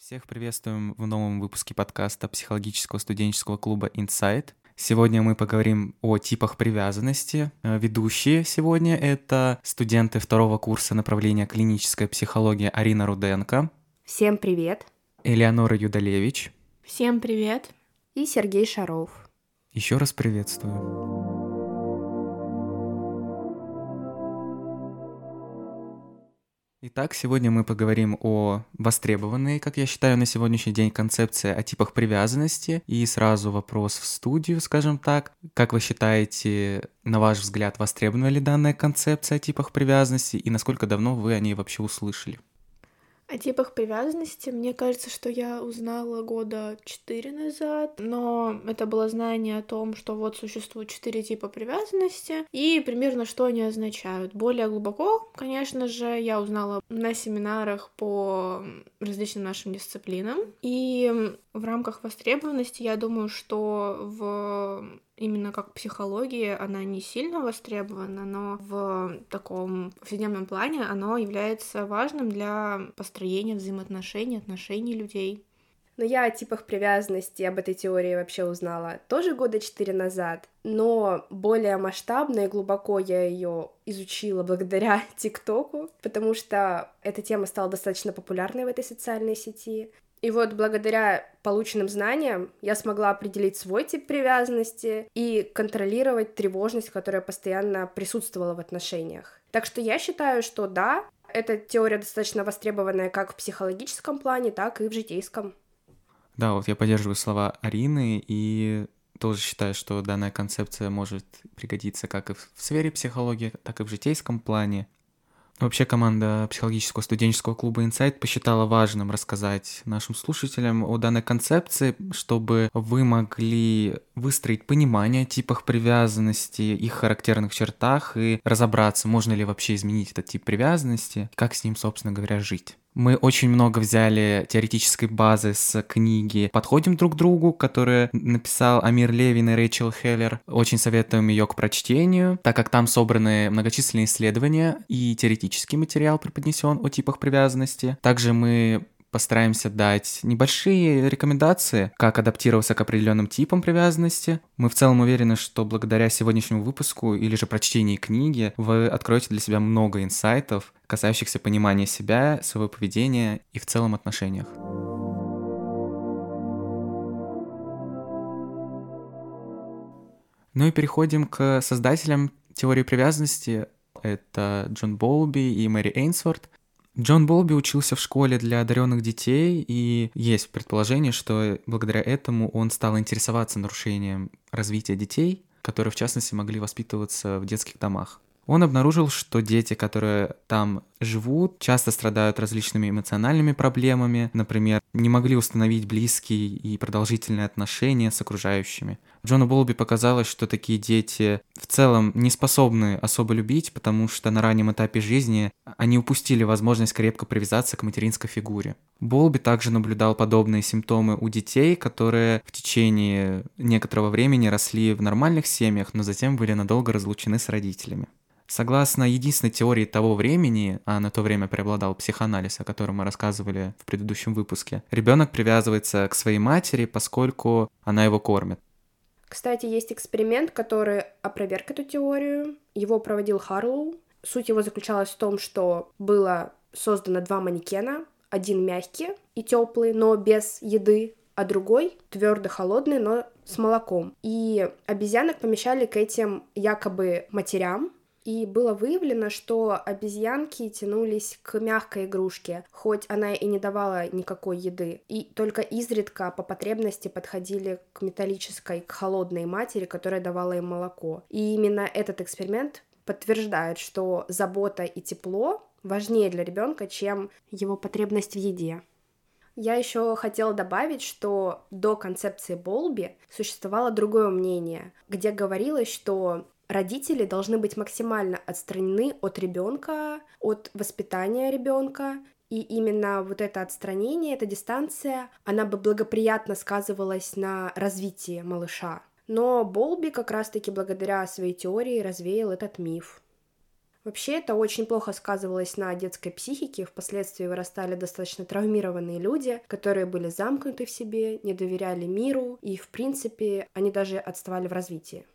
Всех приветствуем в новом выпуске подкаста психологического студенческого клуба Insight. Сегодня мы поговорим о типах привязанности. Ведущие сегодня — это студенты второго курса направления клиническая психология Арина Руденко, Всем привет! Элеонора Юдалевич. Всем привет! И Сергей Шаров. Еще раз приветствую. Итак, сегодня мы поговорим о востребованной, как я считаю, на сегодняшний день концепции о типах привязанности. И сразу вопрос в студию, скажем так. Как вы считаете, на ваш взгляд, востребована ли данная концепция о типах привязанности и насколько давно вы о ней вообще услышали? О типах привязанности, мне кажется, что я узнала 4 года назад, но это было знание о том, что вот существует 4 типа привязанности и примерно что они означают. Более глубоко, конечно же, я узнала на семинарах по различным нашим дисциплинам, и в рамках востребованности я думаю, что именно как психология она не сильно востребована, но в таком повседневном плане оно является важным для построения взаимоотношений, отношений людей. Но я о типах привязанности, об этой теории вообще узнала тоже 4 года назад, но более масштабно и глубоко я ее изучила благодаря ТикТоку, потому что эта тема стала достаточно популярной в этой социальной сети. И вот благодаря полученным знаниям я смогла определить свой тип привязанности и контролировать тревожность, которая постоянно присутствовала в отношениях. Так что я считаю, что да, эта теория достаточно востребованная как в психологическом плане, так и в житейском. Да, вот я поддерживаю слова Арины и тоже считаю, что данная концепция может пригодиться как и в сфере психологии, так и в житейском плане. Вообще команда психологического студенческого клуба Insight посчитала важным рассказать нашим слушателям о данной концепции, чтобы вы могли выстроить понимание о типах привязанности, их характерных чертах и разобраться, можно ли вообще изменить этот тип привязанности, как с ним, собственно говоря, жить. Мы очень много взяли теоретической базы с книги «Подходим друг к другу», которую написал Амир Левин и Рэйчел Хеллер. Очень советуем ее к прочтению, так как там собраны многочисленные исследования и теоретический материал преподнесен о типах привязанности. Также мы постараемся дать небольшие рекомендации, как адаптироваться к определенным типам привязанности. Мы в целом уверены, что благодаря сегодняшнему выпуску или же прочтении книги вы откроете для себя много инсайтов, касающихся понимания себя, своего поведения и в целом отношениях. Ну и переходим к создателям теории привязанности. Это Джон Боулби и Мэри Эйнсворт. Джон Боулби учился в школе для одаренных детей, и есть предположение, что благодаря этому он стал интересоваться нарушением развития детей, которые, в частности, могли воспитываться в детских домах. Он обнаружил, что дети, которые там живут, часто страдают различными эмоциональными проблемами, например, не могли установить близкие и продолжительные отношения с окружающими. Джону Боулби показалось, что такие дети в целом не способны особо любить, потому что на раннем этапе жизни они упустили возможность крепко привязаться к материнской фигуре. Боулби также наблюдал подобные симптомы у детей, которые в течение некоторого времени росли в нормальных семьях, но затем были надолго разлучены с родителями. Согласно единственной теории того времени, а на то время преобладал психоанализ, о котором мы рассказывали в предыдущем выпуске, ребенок привязывается к своей матери, поскольку она его кормит. Кстати, есть эксперимент, который опроверг эту теорию. Его проводил Харлоу. Суть его заключалась в том, что было создано 2 манекена. Один мягкий и теплый, но без еды, а другой твердо холодный, но с молоком. И обезьянок помещали к этим якобы матерям. И было выявлено, что обезьянки тянулись к мягкой игрушке, хоть она и не давала никакой еды, и только изредка по потребности подходили к металлической, к холодной матери, которая давала им молоко. И именно этот эксперимент подтверждает, что забота и тепло важнее для ребенка, чем его потребность в еде. Я еще хотела добавить, что до концепции Боулби существовало другое мнение, где говорилось, что родители должны быть максимально отстранены от ребенка, от воспитания ребенка, и именно вот это отстранение, эта дистанция, она бы благоприятно сказывалась на развитии малыша. Но Боулби как раз-таки благодаря своей теории развеял этот миф. Вообще это очень плохо сказывалось на детской психике, впоследствии вырастали достаточно травмированные люди, которые были замкнуты в себе, не доверяли миру, и, в принципе, они даже отставали в развитии.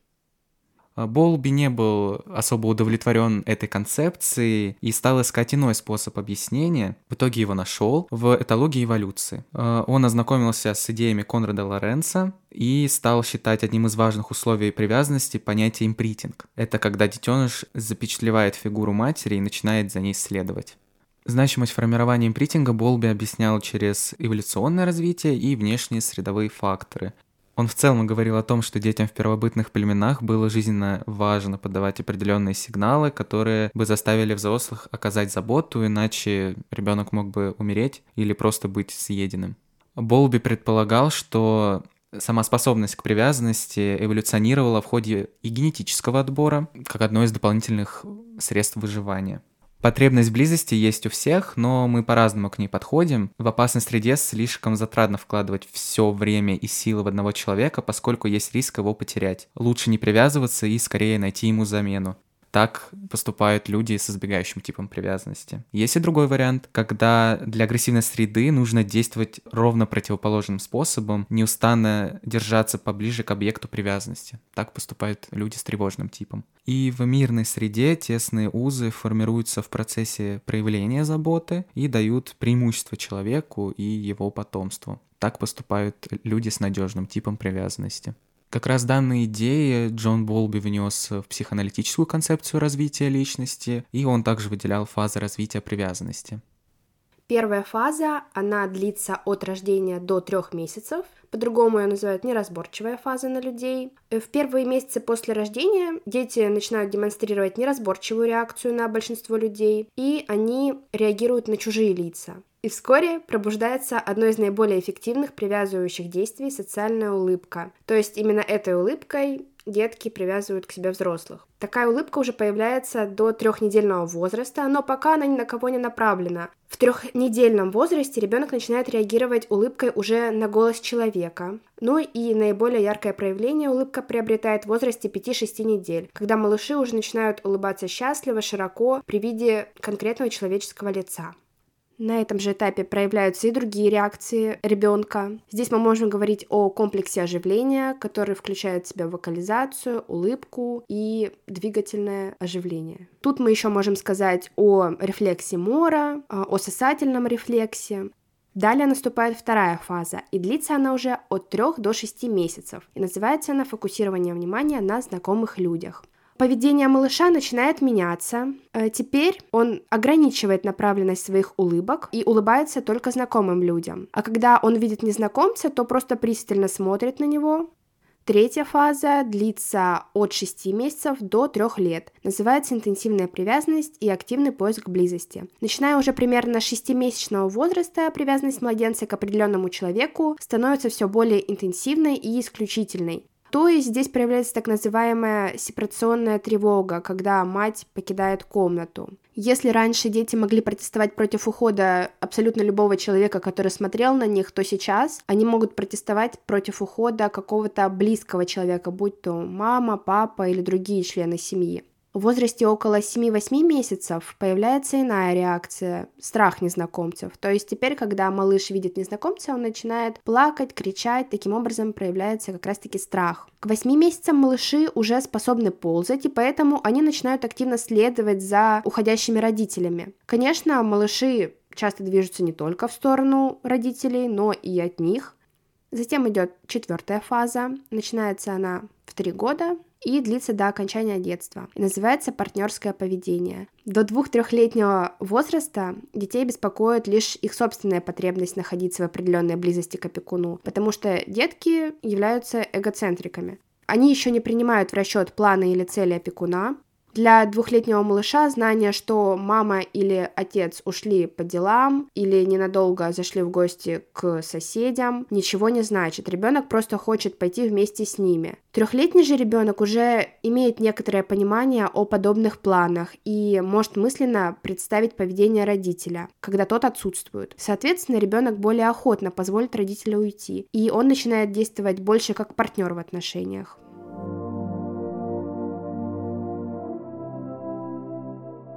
Болби не был особо удовлетворен этой концепцией и стал искать иной способ объяснения. В итоге его нашел в этологии эволюции. Он ознакомился с идеями Конрада Лоренца и стал считать одним из важных условий привязанности понятие импринтинг. Это когда детеныш запечатлевает фигуру матери и начинает за ней следовать. Значимость формирования импринтинга Болби объяснял через эволюционное развитие и внешние средовые факторы. Он в целом говорил о том, что детям в первобытных племенах было жизненно важно подавать определенные сигналы, которые бы заставили взрослых оказать заботу, иначе ребенок мог бы умереть или просто быть съеденным. Болби предполагал, что сама способность к привязанности эволюционировала в ходе и генетического отбора, как одно из дополнительных средств выживания. Потребность в близости есть у всех, но мы по-разному к ней подходим. В опасной среде слишком затратно вкладывать все время и силы в одного человека, поскольку есть риск его потерять. Лучше не привязываться и скорее найти ему замену. Так поступают люди с избегающим типом привязанности. Есть и другой вариант, когда для агрессивной среды нужно действовать ровно противоположным способом, неустанно держаться поближе к объекту привязанности. Так поступают люди с тревожным типом. И в мирной среде тесные узы формируются в процессе проявления заботы и дают преимущество человеку и его потомству. Так поступают люди с надежным типом привязанности. Как раз данные идеи Джон Болби внес в психоаналитическую концепцию развития личности, и он также выделял фазы развития привязанности. Первая фаза, она длится от рождения до 3 месяцев, по-другому ее называют неразборчивая фаза на людей. В первые месяцы после рождения дети начинают демонстрировать неразборчивую реакцию на большинство людей, и они реагируют на чужие лица. И вскоре пробуждается одно из наиболее эффективных привязывающих действий — социальная улыбка. То есть именно этой улыбкой детки привязывают к себе взрослых. Такая улыбка уже появляется до 3-недельного возраста, но пока она ни на кого не направлена. В 3-недельном возрасте ребенок начинает реагировать улыбкой уже на голос человека. Ну и наиболее яркое проявление улыбка приобретает в возрасте 5-6 недель, когда малыши уже начинают улыбаться счастливо, широко при виде конкретного человеческого лица. На этом же этапе проявляются и другие реакции ребенка. Здесь мы можем говорить о комплексе оживления, который включает в себя вокализацию, улыбку и двигательное оживление. Тут мы еще можем сказать о рефлексе Мора, о сосательном рефлексе. Далее наступает вторая фаза, и длится она уже от 3 до 6 месяцев, и называется она фокусирование внимания на знакомых людях. Поведение малыша начинает меняться. Теперь он ограничивает направленность своих улыбок и улыбается только знакомым людям. А когда он видит незнакомца, то просто пристально смотрит на него. Третья фаза длится от 6 месяцев до 3 лет. Называется интенсивная привязанность и активный поиск близости. Начиная уже примерно с 6-месячного возраста, привязанность младенца к определенному человеку становится все более интенсивной и исключительной. То есть здесь проявляется так называемая сепарационная тревога, когда мать покидает комнату. Если раньше дети могли протестовать против ухода абсолютно любого человека, который смотрел на них, то сейчас они могут протестовать против ухода какого-то близкого человека, будь то мама, папа или другие члены семьи. В возрасте около 7-8 месяцев появляется иная реакция — страх незнакомцев. То есть теперь, когда малыш видит незнакомца, он начинает плакать, кричать, таким образом проявляется как раз-таки страх. К 8 месяцам малыши уже способны ползать, и поэтому они начинают активно следовать за уходящими родителями. Конечно, малыши часто движутся не только в сторону родителей, но и от них. Затем идет 4-я фаза, начинается она в 3 года, и длится до окончания детства. И называется партнерское поведение. До 2-3-летнего возраста детей беспокоит лишь их собственная потребность находиться в определенной близости к опекуну, потому что детки являются эгоцентриками. Они еще не принимают в расчет планы или цели опекуна. Для 2-летнего малыша знание, что мама или отец ушли по делам или ненадолго зашли в гости к соседям, ничего не значит. Ребенок просто хочет пойти вместе с ними. 3-летний же ребенок уже имеет некоторое понимание о подобных планах и может мысленно представить поведение родителя, когда тот отсутствует. Соответственно, ребенок более охотно позволит родителю уйти, и он начинает действовать больше как партнер в отношениях.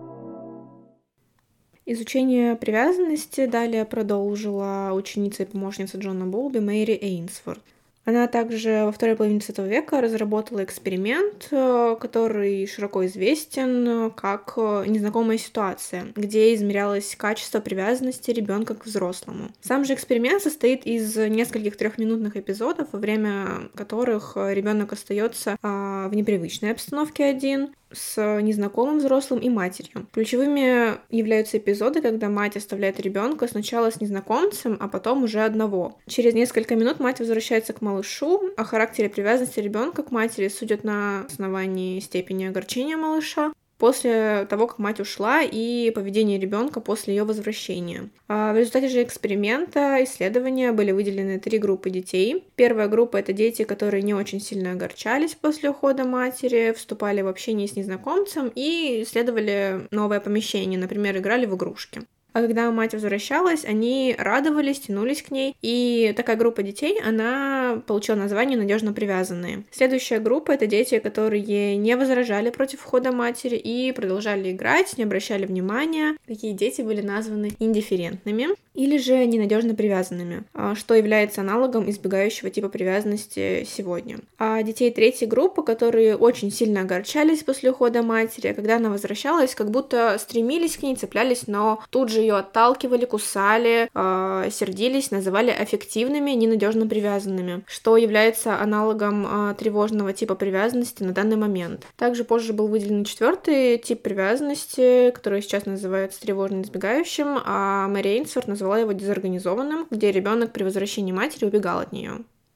Изучение привязанности далее продолжила ученица и помощница Джона Болби Мэри Эйнсворт. Она также во второй половине XX века разработала эксперимент, который широко известен как незнакомая ситуация, где измерялось качество привязанности ребенка к взрослому. Сам же эксперимент состоит из нескольких трехминутных эпизодов, во время которых ребенок остается в непривычной обстановке один, с незнакомым взрослым и матерью. Ключевыми являются эпизоды, когда мать оставляет ребенка сначала с незнакомцем, а потом уже одного. Через несколько минут мать возвращается к малышу. О характере привязанности ребенка к матери судят на основании степени огорчения малыша после того, как мать ушла, и поведение ребенка после ее возвращения. В результате же эксперимента, исследования были выделены 3 группы детей. Первая группа — это дети, которые не очень сильно огорчались после ухода матери, вступали в общение с незнакомцем и исследовали новое помещение, например, играли в игрушки. А когда мать возвращалась, они радовались, тянулись к ней. И такая группа детей, она получила название «надежно привязанные». Следующая группа — это дети, которые не возражали против ухода матери и продолжали играть, не обращали внимания. Такие дети были названы индифферентными или же ненадежно привязанными, что является аналогом избегающего типа привязанности сегодня. А детей третьей группы, которые очень сильно огорчались после ухода матери, а когда она возвращалась, как будто стремились к ней, цеплялись, но тут же ее отталкивали, кусали, сердились, называли аффективными, ненадежно привязанными, что является аналогом тревожного типа привязанности на данный момент. Также позже был выделен 4-й тип привязанности, который сейчас называется тревожно-избегающим, а Мэри Эйнсворт назвала его дезорганизованным, где ребенок при возвращении матери убегал от нее.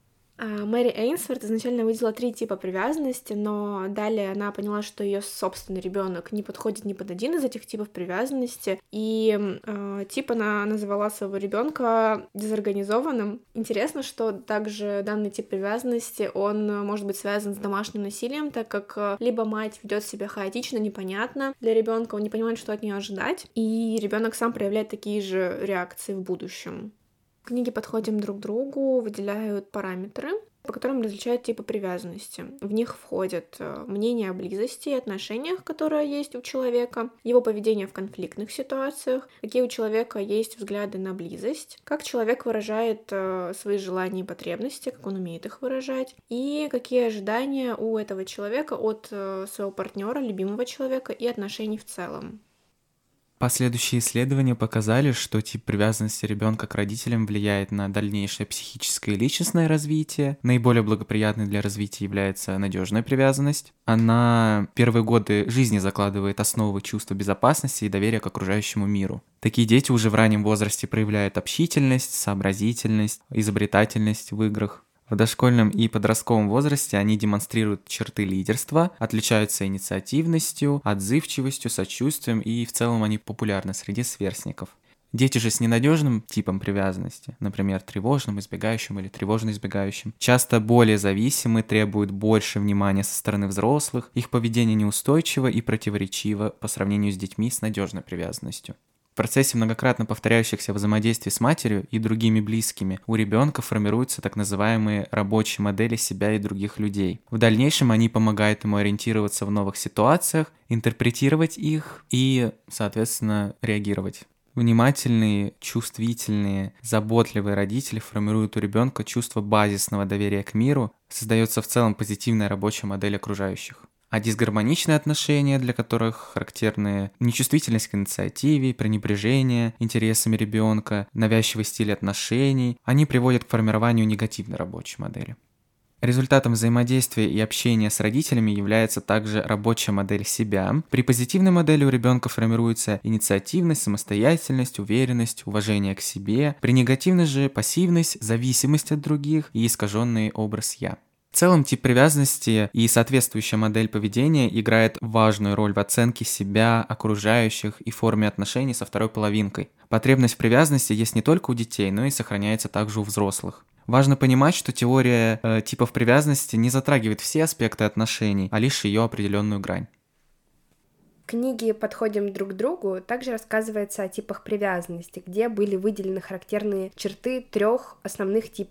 Мэри Эйнсворт изначально выделила 3 типа привязанности, но далее она поняла, что ее собственный ребенок не подходит ни под один из этих типов привязанности, и тип она назвала своего ребенка дезорганизованным. Интересно, что также данный тип привязанности, он может быть связан с домашним насилием, так как либо мать ведет себя хаотично, непонятно для ребенка, он не понимает, что от нее ожидать, и ребенок сам проявляет такие же реакции в будущем. Книги «Подходим друг к другу» выделяют параметры, по которым различают типы привязанности. В них входят мнение о близости и отношениях, которые есть у человека, его поведение в конфликтных ситуациях, какие у человека есть взгляды на близость, как человек выражает свои желания и потребности, как он умеет их выражать, и какие ожидания у этого человека от своего партнера, любимого человека и отношений в целом. Последующие исследования показали, что тип привязанности ребенка к родителям влияет на дальнейшее психическое и личностное развитие. Наиболее благоприятной для развития является надежная привязанность. Она первые годы жизни закладывает основы чувства безопасности и доверия к окружающему миру. Такие дети уже в раннем возрасте проявляют общительность, сообразительность, изобретательность в играх. В дошкольном и подростковом возрасте они демонстрируют черты лидерства, отличаются инициативностью, отзывчивостью, сочувствием, и в целом они популярны среди сверстников. Дети же с ненадежным типом привязанности, например, тревожным, избегающим или тревожно-избегающим, часто более зависимы, требуют больше внимания со стороны взрослых, их поведение неустойчиво и противоречиво по сравнению с детьми с надежной привязанностью. В процессе многократно повторяющихся взаимодействий с матерью и другими близкими у ребенка формируются так называемые рабочие модели себя и других людей. В дальнейшем они помогают ему ориентироваться в новых ситуациях, интерпретировать их и, соответственно, реагировать. Внимательные, чувствительные, заботливые родители формируют у ребенка чувство базисного доверия к миру, создается в целом позитивная рабочая модель окружающих. А дисгармоничные отношения, для которых характерны нечувствительность к инициативе, пренебрежение интересами ребенка, навязчивый стиль отношений, они приводят к формированию негативной рабочей модели. Результатом взаимодействия и общения с родителями является также рабочая модель себя. При позитивной модели у ребенка формируется инициативность, самостоятельность, уверенность, уважение к себе. При негативной же пассивность, зависимость от других и искаженный образ «я». В целом, тип привязанности и соответствующая модель поведения играет важную роль в оценке себя, окружающих и форме отношений со второй половинкой. Потребность в привязанности есть не только у детей, но и сохраняется также у взрослых. Важно понимать, что теория типов привязанности не затрагивает все аспекты отношений, а лишь ее определенную грань. В книге «Подходим друг к другу» также рассказывается о типах привязанности, где были выделены характерные черты 3 основных типов.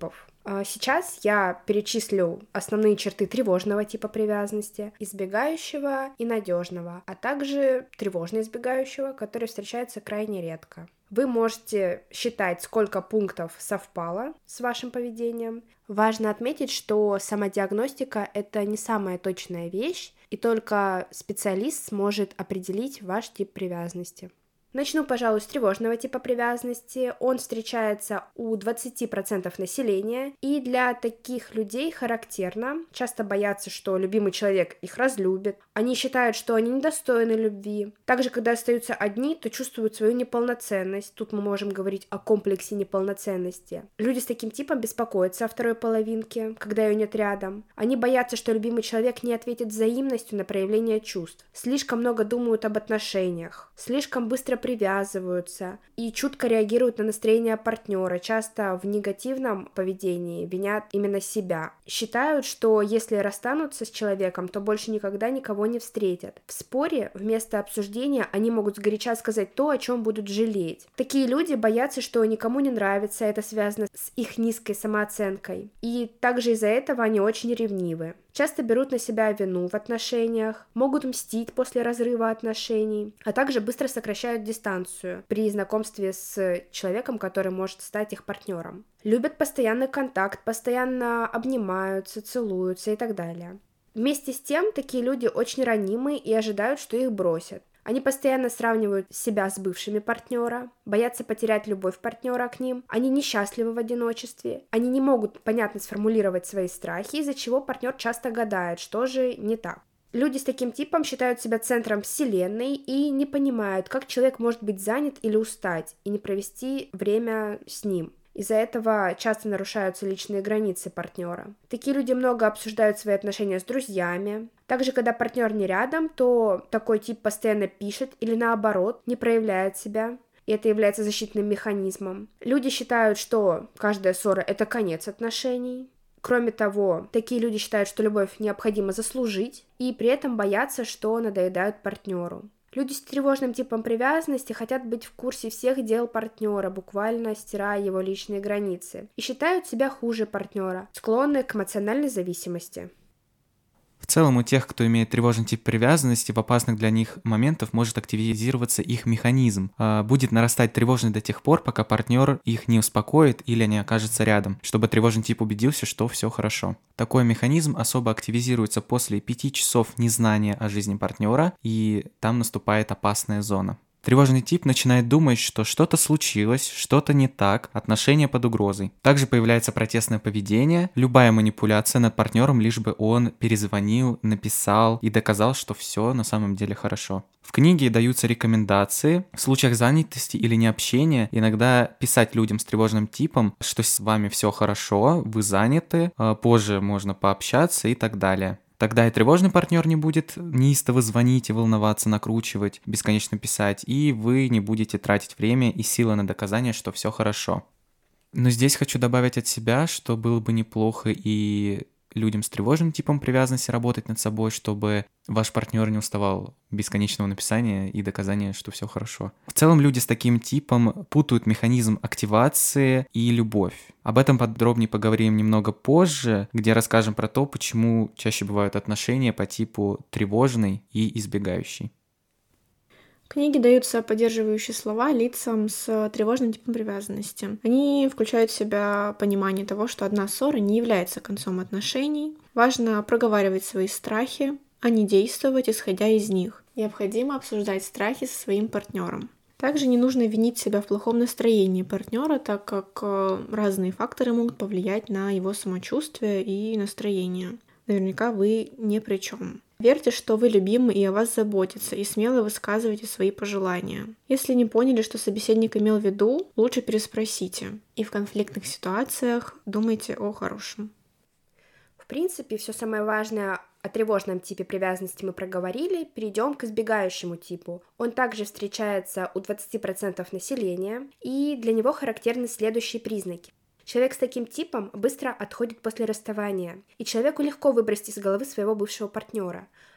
Сейчас я перечислю основные черты тревожного типа привязанности, избегающего и надежного, а также тревожно-избегающего, который встречается крайне редко. Вы можете считать, сколько пунктов совпало с вашим поведением. Важно отметить, что самодиагностика — это не самая точная вещь, и только специалист сможет определить ваш тип привязанности. Начну, пожалуй, с тревожного типа привязанности. Он встречается у 20% населения, и для таких людей характерно часто бояться, что любимый человек их разлюбит. Они считают, что они недостойны любви. Также, когда остаются одни, то чувствуют свою неполноценность. Тут мы можем говорить о комплексе неполноценности. Люди с таким типом беспокоятся о второй половинке, когда ее нет рядом. Они боятся, что любимый человек не ответит взаимностью на проявление чувств. Слишком много думают об отношениях. Слишком быстро привязываются и чутко реагируют на настроение партнера, часто в негативном поведении винят именно себя. Считают, что если расстанутся с человеком, то больше никогда никого не встретят. В споре вместо обсуждения они могут сгоряча сказать то, о чем будут жалеть. Такие люди боятся, что никому не нравится, это связано с их низкой самооценкой. И также из-за этого они очень ревнивы. Часто берут на себя вину в отношениях, могут мстить после разрыва отношений, а также быстро сокращают дистанцию при знакомстве с человеком, который может стать их партнером. Любят постоянный контакт, постоянно обнимаются, целуются и так далее. Вместе с тем, такие люди очень ранимы и ожидают, что их бросят. Они постоянно сравнивают себя с бывшими партнера, боятся потерять любовь партнера к ним, они несчастливы в одиночестве, они не могут понятно сформулировать свои страхи, из-за чего партнер часто гадает, что же не так. Люди с таким типом считают себя центром вселенной и не понимают, как человек может быть занят или устать, и не провести время с ним. Из-за этого часто нарушаются личные границы партнера. Такие люди много обсуждают свои отношения с друзьями. Также, когда партнер не рядом, то такой тип постоянно пишет или наоборот не проявляет себя. И это является защитным механизмом. Люди считают, что каждая ссора — это конец отношений. Кроме того, такие люди считают, что любовь необходимо заслужить, и при этом боятся, что надоедают партнеру. Люди с тревожным типом привязанности хотят быть в курсе всех дел партнера, буквально стирая его личные границы, и считают себя хуже партнера, склонны к эмоциональной зависимости. В целом у тех, кто имеет тревожный тип привязанности, в опасных для них моментах может активизироваться их механизм. Будет нарастать тревожность до тех пор, пока партнер их не успокоит или не окажется рядом, чтобы тревожный тип убедился, что все хорошо. Такой механизм особо активизируется после 5 часов незнания о жизни партнера, и там наступает опасная зона. Тревожный тип начинает думать, что что-то случилось, что-то не так, отношения под угрозой. Также появляется протестное поведение, любая манипуляция над партнером, лишь бы он перезвонил, написал и доказал, что все на самом деле хорошо. В книге даются рекомендации в случаях занятости или необщения иногда писать людям с тревожным типом, что с вами все хорошо, вы заняты, позже можно пообщаться и так далее. Тогда и тревожный партнер не будет неистово звонить и волноваться, накручивать, бесконечно писать, и вы не будете тратить время и силы на доказание, что все хорошо. Но здесь хочу добавить от себя, что было бы неплохо и людям с тревожным типом привязанности работать над собой, чтобы ваш партнер не уставал бесконечного написания и доказания, что все хорошо. В целом люди с таким типом путают механизм активации и любовь. Об этом подробнее поговорим немного позже, где расскажем про то, почему чаще бывают отношения по типу тревожный и избегающий. В книге даются поддерживающие слова лицам с тревожным типом привязанности. Они включают в себя понимание того, что одна ссора не является концом отношений. Важно проговаривать свои страхи, а не действовать, исходя из них. Необходимо обсуждать страхи со своим партнером. Также не нужно винить себя в плохом настроении партнера, так как разные факторы могут повлиять на его самочувствие и настроение. Наверняка вы ни при чем. Верьте, что вы любимы и о вас заботятся, и смело высказывайте свои пожелания. Если не поняли, что собеседник имел в виду, лучше переспросите. И в конфликтных ситуациях думайте о хорошем. В принципе, все самое важное о тревожном типе привязанности мы проговорили. Перейдем к избегающему типу. Он также встречается у 20% населения, и для него характерны следующие признаки. Человек с таким типом быстро отходит после расставания, и человеку легко выбросить из головы своего бывшего партнера.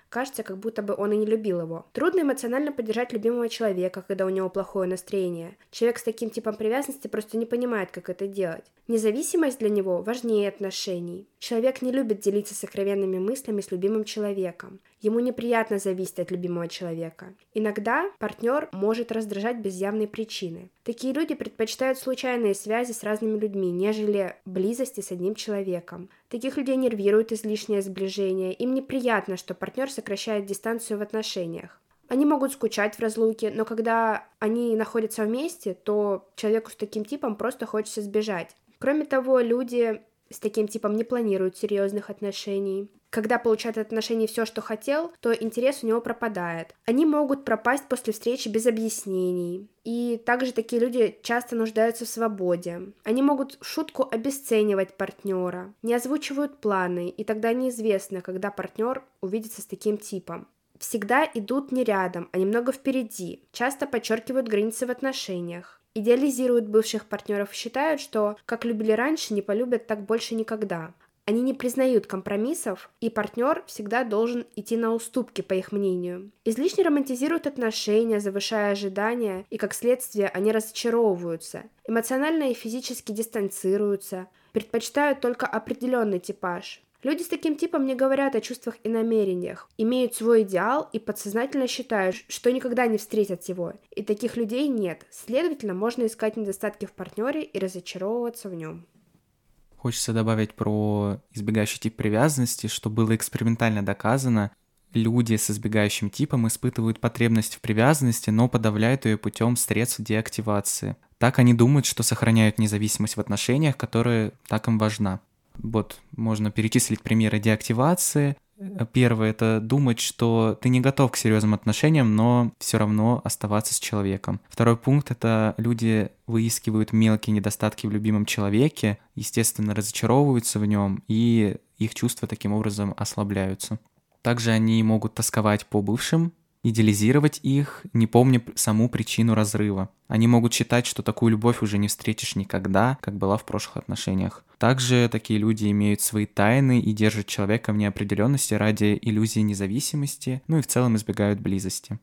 Кажется, как будто бы он и не любил его. Трудно эмоционально поддержать любимого человека, когда у него плохое настроение. Человек с таким типом привязанности просто не понимает, как это делать. Независимость для него важнее отношений. Человек не любит делиться сокровенными мыслями с любимым человеком. Ему неприятно зависеть от любимого человека. Иногда партнер может раздражать без явной причины. Такие люди предпочитают случайные связи с разными людьми, нежели близости с одним человеком. Таких людей нервирует излишнее сближение. Им неприятно, что партнер сокращает дистанцию в отношениях. Они могут скучать в разлуке, но когда они находятся вместе, то человеку с таким типом просто хочется сбежать. Кроме того, люди с таким типом не планируют серьезных отношений. Когда получает от отношений все, что хотел, то интерес у него пропадает. Они могут пропасть после встречи без объяснений. И также такие люди часто нуждаются в свободе. Они могут в шутку обесценивать партнера, не озвучивают планы, и тогда неизвестно, когда партнер увидится с таким типом. Всегда идут не рядом, а немного впереди. Часто подчеркивают границы в отношениях. Идеализируют бывших партнеров и считают, что как любили раньше, не полюбят так больше никогда. Они не признают компромиссов, и партнер всегда должен идти на уступки, по их мнению. Излишне романтизируют отношения, завышая ожидания, и как следствие они разочаровываются. Эмоционально и физически дистанцируются, предпочитают только определенный типаж. Люди с таким типом не говорят о чувствах и намерениях, имеют свой идеал и подсознательно считают, что никогда не встретят его. И таких людей нет, следовательно, можно искать недостатки в партнере и разочаровываться в нем. Хочется добавить про избегающий тип привязанности, что было экспериментально доказано. Люди с избегающим типом испытывают потребность в привязанности, но подавляют ее путем средств деактивации. Так они думают, что сохраняют независимость в отношениях, которая так им важна. Вот, можно перечислить примеры деактивации. Первое — это думать, что ты не готов к серьезным отношениям, но все равно оставаться с человеком. Второй пункт — это люди выискивают мелкие недостатки в любимом человеке, естественно, разочаровываются в нем, и их чувства таким образом ослабляются. Также они могут тосковать по бывшим, идеализировать их, не помня саму причину разрыва. Они могут считать, что такую любовь уже не встретишь никогда, как была в прошлых отношениях. Также такие люди имеют свои тайны и держат человека в неопределенности ради иллюзии независимости, ну и в целом избегают близости.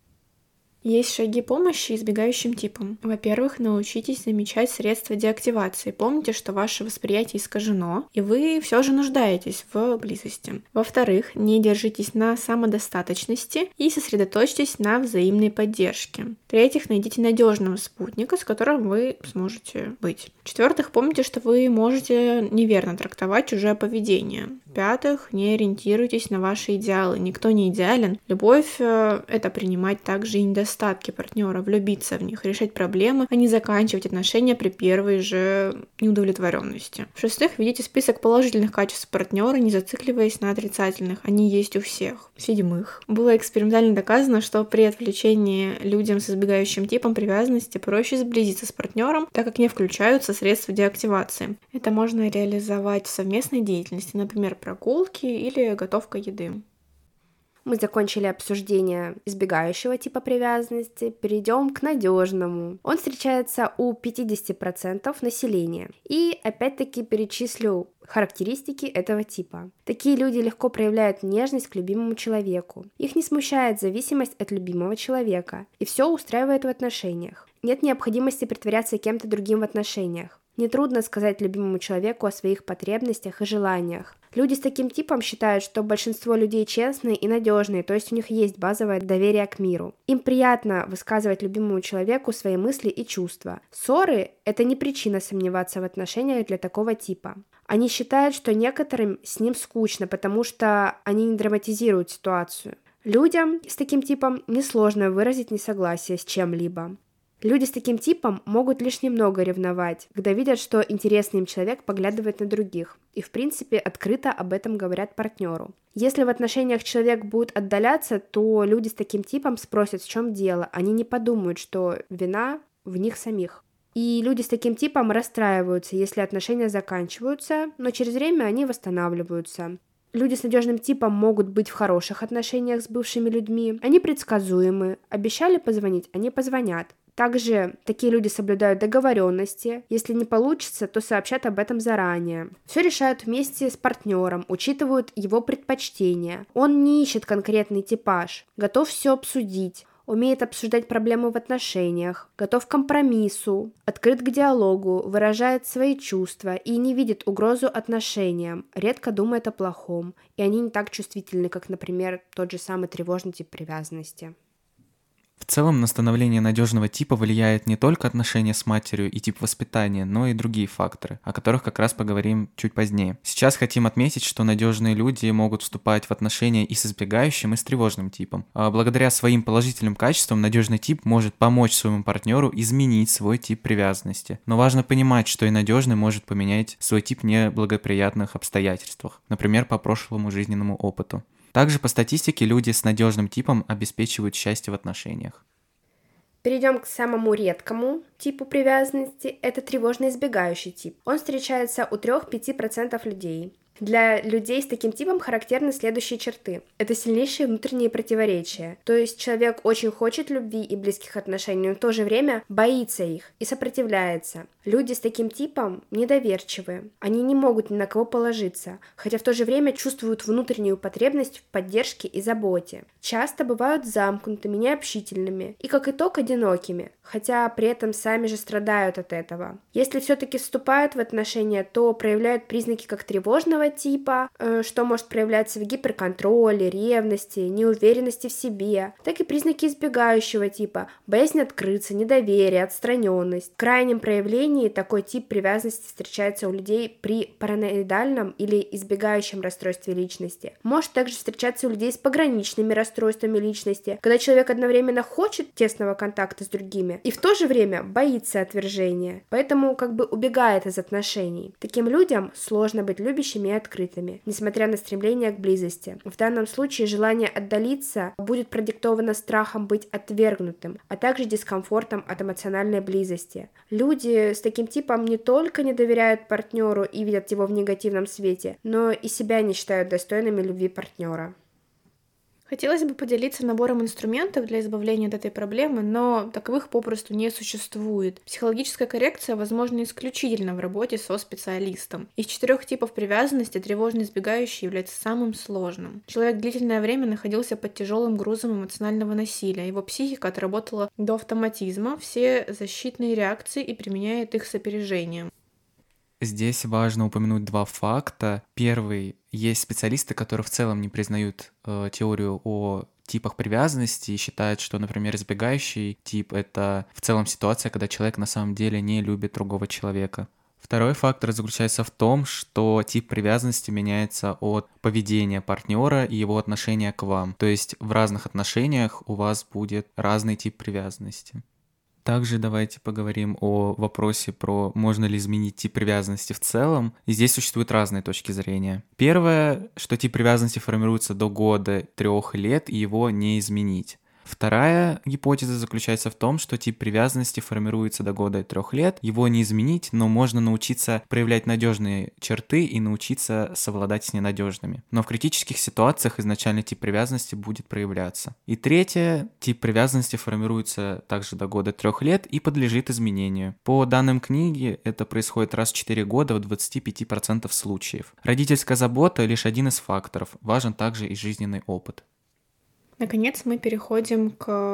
Есть шаги помощи избегающим типам. Во-первых, научитесь замечать средства деактивации. Помните, что ваше восприятие искажено, и вы все же нуждаетесь в близости. Во-вторых, не держитесь на самодостаточности и сосредоточьтесь на взаимной поддержке. В-третьих, найдите надежного спутника, с которым вы сможете быть. В-четвертых, помните, что вы можете неверно трактовать чужое поведение. В-пятых, не ориентируйтесь на ваши идеалы. Никто не идеален. Любовь — это принимать также и недостатки партнера, влюбиться в них, решать проблемы, а не заканчивать отношения при первой же неудовлетворенности. В-шестых, ведите список положительных качеств партнера, не зацикливаясь на отрицательных. Они есть у всех. В-седьмых, было экспериментально доказано, что при отвлечении людям с избегающим типом привязанности проще сблизиться с партнером, так как не включаются средства деактивации. Это можно реализовать в совместной деятельности, например, прогулки или готовка еды. Мы закончили обсуждение избегающего типа привязанности, перейдем к надежному. Он встречается у 50% населения. И опять-таки перечислю характеристики этого типа. Такие люди легко проявляют нежность к любимому человеку. Их не смущает зависимость от любимого человека, и все устраивает в отношениях. Нет необходимости притворяться кем-то другим в отношениях. Нетрудно сказать любимому человеку о своих потребностях и желаниях. Люди с таким типом считают, что большинство людей честные и надежные, то есть у них есть базовое доверие к миру. Им приятно высказывать любимому человеку свои мысли и чувства. Ссоры – это не причина сомневаться в отношениях для такого типа. Они считают, что некоторым с ним скучно, потому что они не драматизируют ситуацию. Людям с таким типом несложно выразить несогласие с чем-либо. Люди с таким типом могут лишь немного ревновать, когда видят, что интересный им человек поглядывает на других, и в принципе открыто об этом говорят партнеру. Если в отношениях человек будет отдаляться, то люди с таким типом спросят, в чем дело, они не подумают, что вина в них самих. И люди с таким типом расстраиваются, если отношения заканчиваются, но через время они восстанавливаются. Люди с надежным типом могут быть в хороших отношениях с бывшими людьми, они предсказуемы, обещали позвонить, они позвонят. Также такие люди соблюдают договоренности. Если не получится, то сообщат об этом заранее. Все решают вместе с партнером, учитывают его предпочтения. Он не ищет конкретный типаж, готов все обсудить. Умеет обсуждать проблемы в отношениях, готов к компромиссу, открыт к диалогу, выражает свои чувства и не видит угрозу отношениям, редко думает о плохом, и они не так чувствительны, как, например, тот же самый тревожный тип привязанности. В целом, на становление надежного типа влияет не только отношения с матерью и тип воспитания, но и другие факторы, о которых как раз поговорим чуть позднее. Сейчас хотим отметить, что надежные люди могут вступать в отношения и с избегающим, и с тревожным типом. А благодаря своим положительным качествам надежный тип может помочь своему партнеру изменить свой тип привязанности. Но важно понимать, что и надежный может поменять свой тип в неблагоприятных обстоятельствах, например, по прошлому жизненному опыту. Также по статистике люди с надежным типом обеспечивают счастье в отношениях. Перейдем к самому редкому типу привязанности. Это тревожно-избегающий тип. Он встречается у 3-5% людей. Для людей с таким типом характерны следующие черты. Это сильнейшие внутренние противоречия. То есть человек очень хочет любви и близких отношений, но в то же время боится их и сопротивляется. Люди с таким типом недоверчивы. Они не могут ни на кого положиться, хотя в то же время чувствуют внутреннюю потребность в поддержке и заботе. Часто бывают замкнутыми, необщительными и, как итог, одинокими, хотя при этом сами же страдают от этого. Если все-таки вступают в отношения, то проявляют признаки как тревожного типа, что может проявляться в гиперконтроле, ревности, неуверенности в себе, так и признаки избегающего типа, боязнь открыться, недоверие, отстраненность. В крайнем проявлении такой тип привязанности встречается у людей при параноидальном или избегающем расстройстве личности. Может также встречаться у людей с пограничными расстройствами личности, когда человек одновременно хочет тесного контакта с другими и в то же время боится отвержения, поэтому убегает из отношений. Таким людям сложно быть любящими и открытыми, несмотря на стремление к близости. В данном случае желание отдалиться будет продиктовано страхом быть отвергнутым, а также дискомфортом от эмоциональной близости. Люди с таким типом не только не доверяют партнеру и видят его в негативном свете, но и себя не считают достойными любви партнера. Хотелось бы поделиться набором инструментов для избавления от этой проблемы, но таковых попросту не существует. Психологическая коррекция возможна исключительно в работе со специалистом. Из 4 типов привязанности тревожно-избегающий является самым сложным. Человек длительное время находился под тяжелым грузом эмоционального насилия. Его психика отработала до автоматизма все защитные реакции и применяет их с опережением. Здесь важно упомянуть 2 факта. Первый, есть специалисты, которые в целом не признают теорию о типах привязанности и считают, что, например, избегающий тип — это в целом ситуация, когда человек на самом деле не любит другого человека. Второй фактор заключается в том, что тип привязанности меняется от поведения партнера и его отношения к вам. То есть в разных отношениях у вас будет разный тип привязанности. Также давайте поговорим о вопросе про можно ли изменить тип привязанности в целом. И здесь существуют разные точки зрения. Первое, что тип привязанности формируется до 3 лет, и его не изменить. Вторая гипотеза заключается в том, что тип привязанности формируется до 3 лет, его не изменить, но можно научиться проявлять надежные черты и научиться совладать с ненадежными. Но в критических ситуациях изначальный тип привязанности будет проявляться. И третье, тип привязанности формируется также до 3 лет и подлежит изменению. По данным книги, это происходит раз в 4 года в 25% случаев. Родительская забота — лишь один из факторов, важен также и жизненный опыт. Наконец мы переходим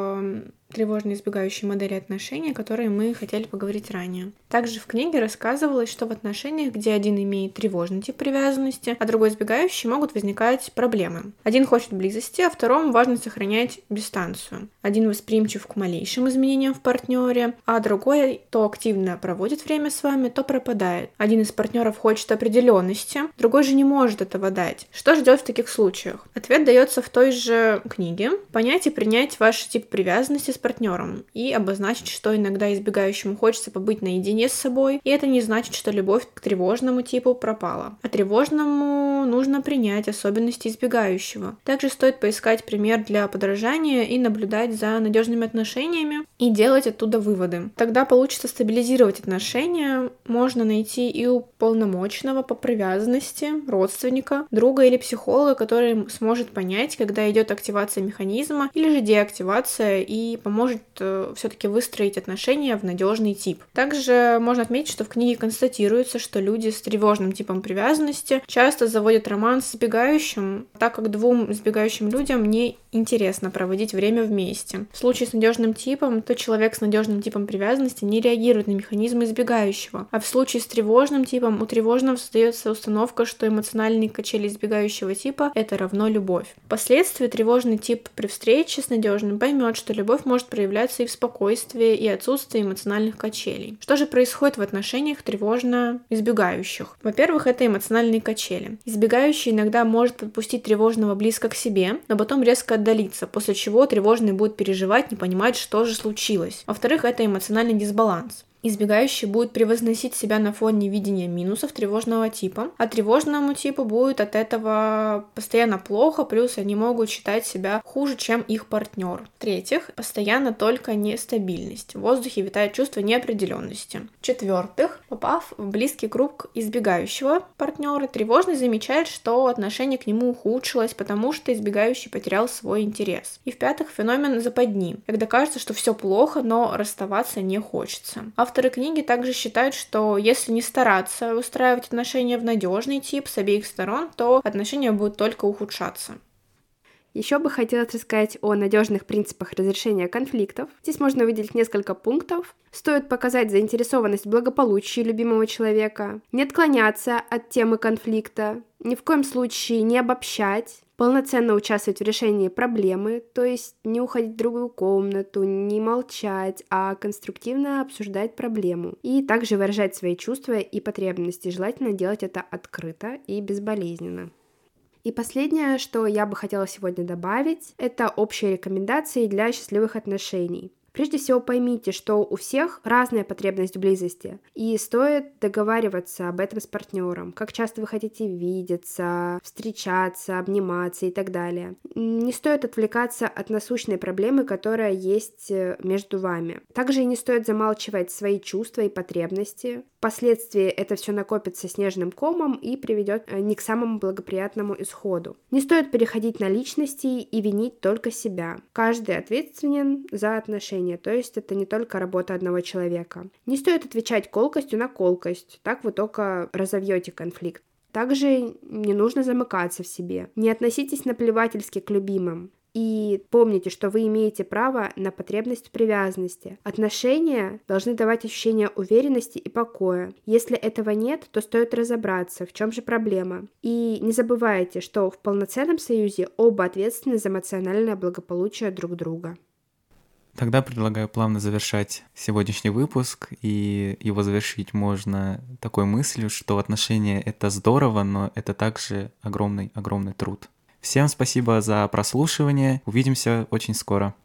к тревожно-избегающей модели отношений, о которой мы хотели поговорить ранее. Также в книге рассказывалось, что в отношениях, где один имеет тревожный тип привязанности, а другой избегающий, могут возникать проблемы. Один хочет близости, а второму важно сохранять дистанцию. Один восприимчив к малейшим изменениям в партнере, а другой то активно проводит время с вами, то пропадает. Один из партнеров хочет определенности, другой же не может этого дать. Что же делать в таких случаях? Ответ дается в той же книге. Понять и принять ваш тип привязанности с партнером и обозначить, что иногда избегающему хочется побыть наедине с собой, и это не значит, что любовь к тревожному типу пропала. А тревожному нужно принять особенности избегающего. Также стоит поискать пример для подражания и наблюдать за надежными отношениями и делать оттуда выводы. Тогда получится стабилизировать отношения, можно найти и уполномоченного по привязанности, родственника, друга или психолога, который сможет понять, когда идет активация механизма или же деактивация, и поможет все-таки выстроить отношения в надежный тип. Также можно отметить, что в книге констатируется, что люди с тревожным типом привязанности часто заводят роман с избегающим, так как двум избегающим людям не интересно проводить время вместе. В случае с надежным типом, то человек с надежным типом привязанности не реагирует на механизмы избегающего, а в случае с тревожным типом у тревожного создается установка, что эмоциональные качели избегающего типа — это равно любовь. Впоследствии тревожный тип при встрече с надежным поймет, что любовь может проявляться и в спокойствии, и отсутствии эмоциональных качелей. Что же происходит в отношениях тревожно избегающих? Во-первых, это эмоциональные качели. Избегающий иногда может подпустить тревожного близко к себе, но потом резко отдалиться, после чего тревожный будет переживать, не понимать, что же случилось. Во-вторых, это эмоциональный дисбаланс. Избегающий будет превозносить себя на фоне видения минусов тревожного типа, а тревожному типу будет от этого постоянно плохо, плюс они могут считать себя хуже, чем их партнер. В-третьих, постоянно только нестабильность. В воздухе витает чувство неопределенности. В-четвертых, попав в близкий круг избегающего партнера, тревожный замечает, что отношение к нему ухудшилось, потому что избегающий потерял свой интерес. И в-пятых, феномен западни, когда кажется, что все плохо, но расставаться не хочется. Авторы книги также считают, что если не стараться выстраивать отношения в надежный тип с обеих сторон, то отношения будут только ухудшаться. Еще бы хотелось рассказать о надежных принципах разрешения конфликтов. Здесь можно выделить несколько пунктов. Стоит показать заинтересованность в благополучии любимого человека, не отклоняться от темы конфликта, ни в коем случае не обобщать, полноценно участвовать в решении проблемы, то есть не уходить в другую комнату, не молчать, а конструктивно обсуждать проблему. И также выражать свои чувства и потребности, желательно делать это открыто и безболезненно. И последнее, что я бы хотела сегодня добавить, это общие рекомендации для счастливых отношений. Прежде всего поймите, что у всех разная потребность в близости, и стоит договариваться об этом с партнером, как часто вы хотите видеться, встречаться, обниматься и так далее. Не стоит отвлекаться от насущной проблемы, которая есть между вами. Также и не стоит замалчивать свои чувства и потребности. Впоследствии это все накопится снежным комом и приведет не к самому благоприятному исходу. Не стоит переходить на личности и винить только себя. Каждый ответственен за отношения. То есть это не только работа одного человека. Не стоит отвечать колкостью на колкость, так вы только разовьете конфликт. Также не нужно замыкаться в себе. Не относитесь наплевательски к любимым. И помните, что вы имеете право на потребность в привязанности. Отношения должны давать ощущение уверенности и покоя. Если этого нет, то стоит разобраться, в чем же проблема. И не забывайте, что в полноценном союзе оба ответственны за эмоциональное благополучие друг друга. Тогда предлагаю плавно завершать сегодняшний выпуск, и его завершить можно такой мыслью, что отношения — это здорово, но это также огромный труд. Всем спасибо за прослушивание, увидимся очень скоро.